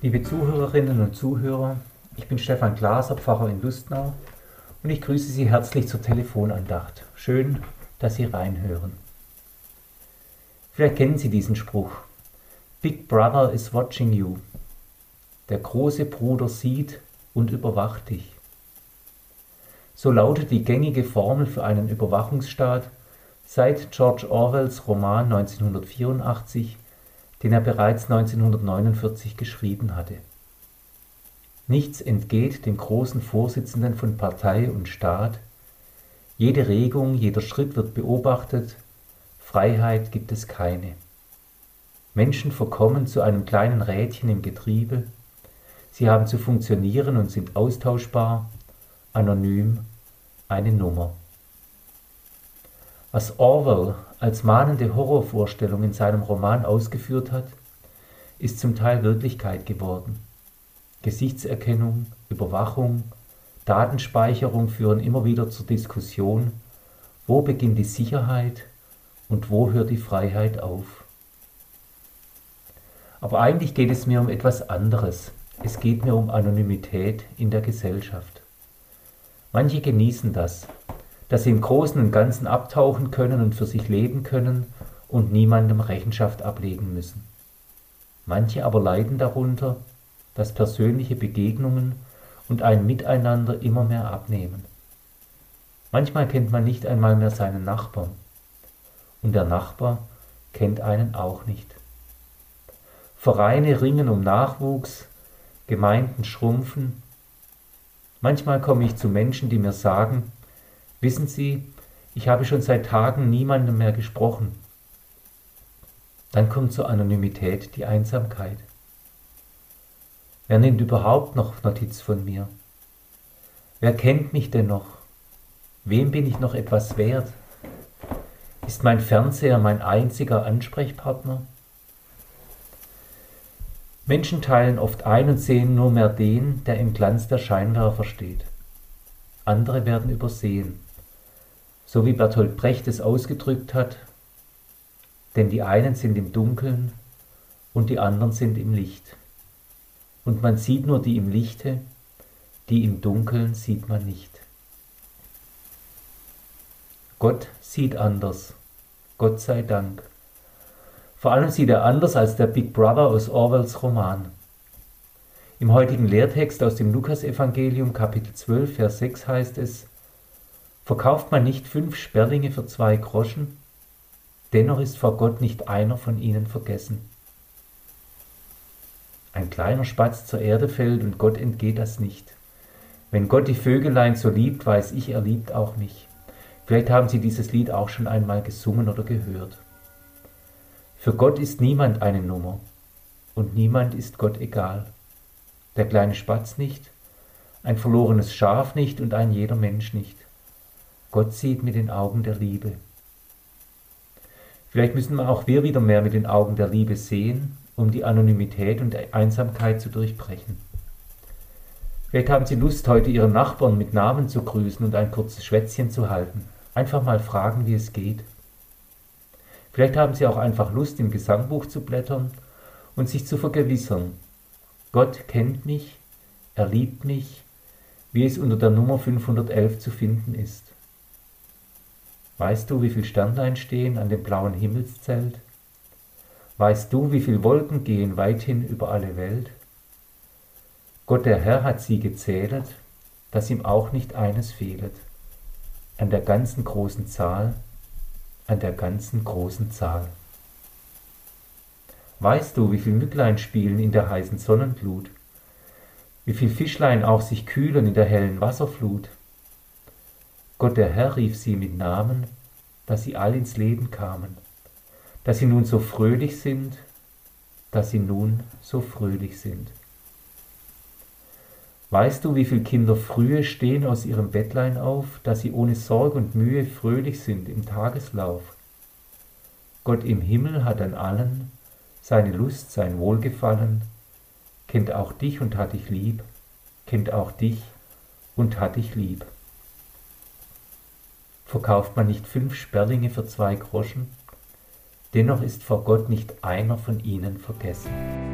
Liebe Zuhörerinnen und Zuhörer, ich bin Stefan Glaser, Pfarrer in Lustenau und ich grüße Sie herzlich zur Telefonandacht. Schön, dass Sie reinhören. Vielleicht kennen Sie diesen Spruch: Big Brother is watching you. Der große Bruder sieht und überwacht dich. So lautet die gängige Formel für einen Überwachungsstaat seit George Orwells Roman 1984, den er bereits 1949 geschrieben hatte. Nichts entgeht dem großen Vorsitzenden von Partei und Staat. Jede Regung, jeder Schritt wird beobachtet. Freiheit gibt es keine. Menschen verkommen zu einem kleinen Rädchen im Getriebe. Sie haben zu funktionieren und sind austauschbar, anonym, eine Nummer. Was Orwell als mahnende Horrorvorstellung in seinem Roman ausgeführt hat, ist zum Teil Wirklichkeit geworden. Gesichtserkennung, Überwachung, Datenspeicherung führen immer wieder zur Diskussion, wo beginnt die Sicherheit und wo hört die Freiheit auf. Aber eigentlich geht es mir um etwas anderes. Es geht mir um Anonymität in der Gesellschaft. Manche genießen das, dass sie im Großen und Ganzen abtauchen können und für sich leben können und niemandem Rechenschaft ablegen müssen. Manche aber leiden darunter, dass persönliche Begegnungen und ein Miteinander immer mehr abnehmen. Manchmal kennt man nicht einmal mehr seinen Nachbarn und der Nachbar kennt einen auch nicht. Vereine ringen um Nachwuchs, Gemeinden schrumpfen. Manchmal komme ich zu Menschen, die mir sagen: Wissen Sie, ich habe schon seit Tagen niemandem mehr gesprochen. Dann kommt zur Anonymität die Einsamkeit. Wer nimmt überhaupt noch Notiz von mir? Wer kennt mich denn noch? Wem bin ich noch etwas wert? Ist mein Fernseher mein einziger Ansprechpartner? Menschen teilen oft ein und sehen nur mehr den, der im Glanz der Scheinwerfer steht. Andere werden übersehen. So wie Bertolt Brecht es ausgedrückt hat: Denn die einen sind im Dunkeln und die anderen sind im Licht. Und man sieht nur die im Lichte, die im Dunkeln sieht man nicht. Gott sieht anders, Gott sei Dank. Vor allem sieht er anders als der Big Brother aus Orwells Roman. Im heutigen Lehrtext aus dem Lukasevangelium, Kapitel 12, Vers 6 heißt es: Verkauft man nicht 5 Sperlinge für 2 Groschen? Dennoch ist vor Gott nicht einer von ihnen vergessen. Ein kleiner Spatz zur Erde fällt und Gott entgeht das nicht. Wenn Gott die Vögelein so liebt, weiß ich, er liebt auch mich. Vielleicht haben Sie dieses Lied auch schon einmal gesungen oder gehört. Für Gott ist niemand eine Nummer und niemand ist Gott egal. Der kleine Spatz nicht, ein verlorenes Schaf nicht und ein jeder Mensch nicht. Gott sieht mit den Augen der Liebe. Vielleicht müssen auch wir wieder mehr mit den Augen der Liebe sehen, um die Anonymität und Einsamkeit zu durchbrechen. Vielleicht haben Sie Lust, heute Ihren Nachbarn mit Namen zu grüßen und ein kurzes Schwätzchen zu halten. Einfach mal fragen, wie es geht. Vielleicht haben Sie auch einfach Lust, im Gesangbuch zu blättern und sich zu vergewissern: Gott kennt mich, er liebt mich, wie es unter der Nummer 511 zu finden ist. Weißt du, wie viele Sternlein stehen an dem blauen Himmelszelt? Weißt du, wie viele Wolken gehen weithin über alle Welt? Gott der Herr hat sie gezählet, dass ihm auch nicht eines fehlet. An der ganzen großen Zahl, an der ganzen großen Zahl. Weißt du, wie viel Mücklein spielen in der heißen Sonnenglut? Wie viel Fischlein auch sich kühlen in der hellen Wasserflut? Gott der Herr rief sie mit Namen, dass sie all ins Leben kamen, dass sie nun so fröhlich sind, dass sie nun so fröhlich sind. Weißt du, wie viele Kinder frühe stehen aus ihrem Bettlein auf, dass sie ohne Sorg und Mühe fröhlich sind im Tageslauf? Gott im Himmel hat an allen seine Lust, sein Wohlgefallen, kennt auch dich und hat dich lieb, kennt auch dich und hat dich lieb. Verkauft man nicht 5 Sperlinge für 2 Groschen? Dennoch ist vor Gott nicht einer von ihnen vergessen.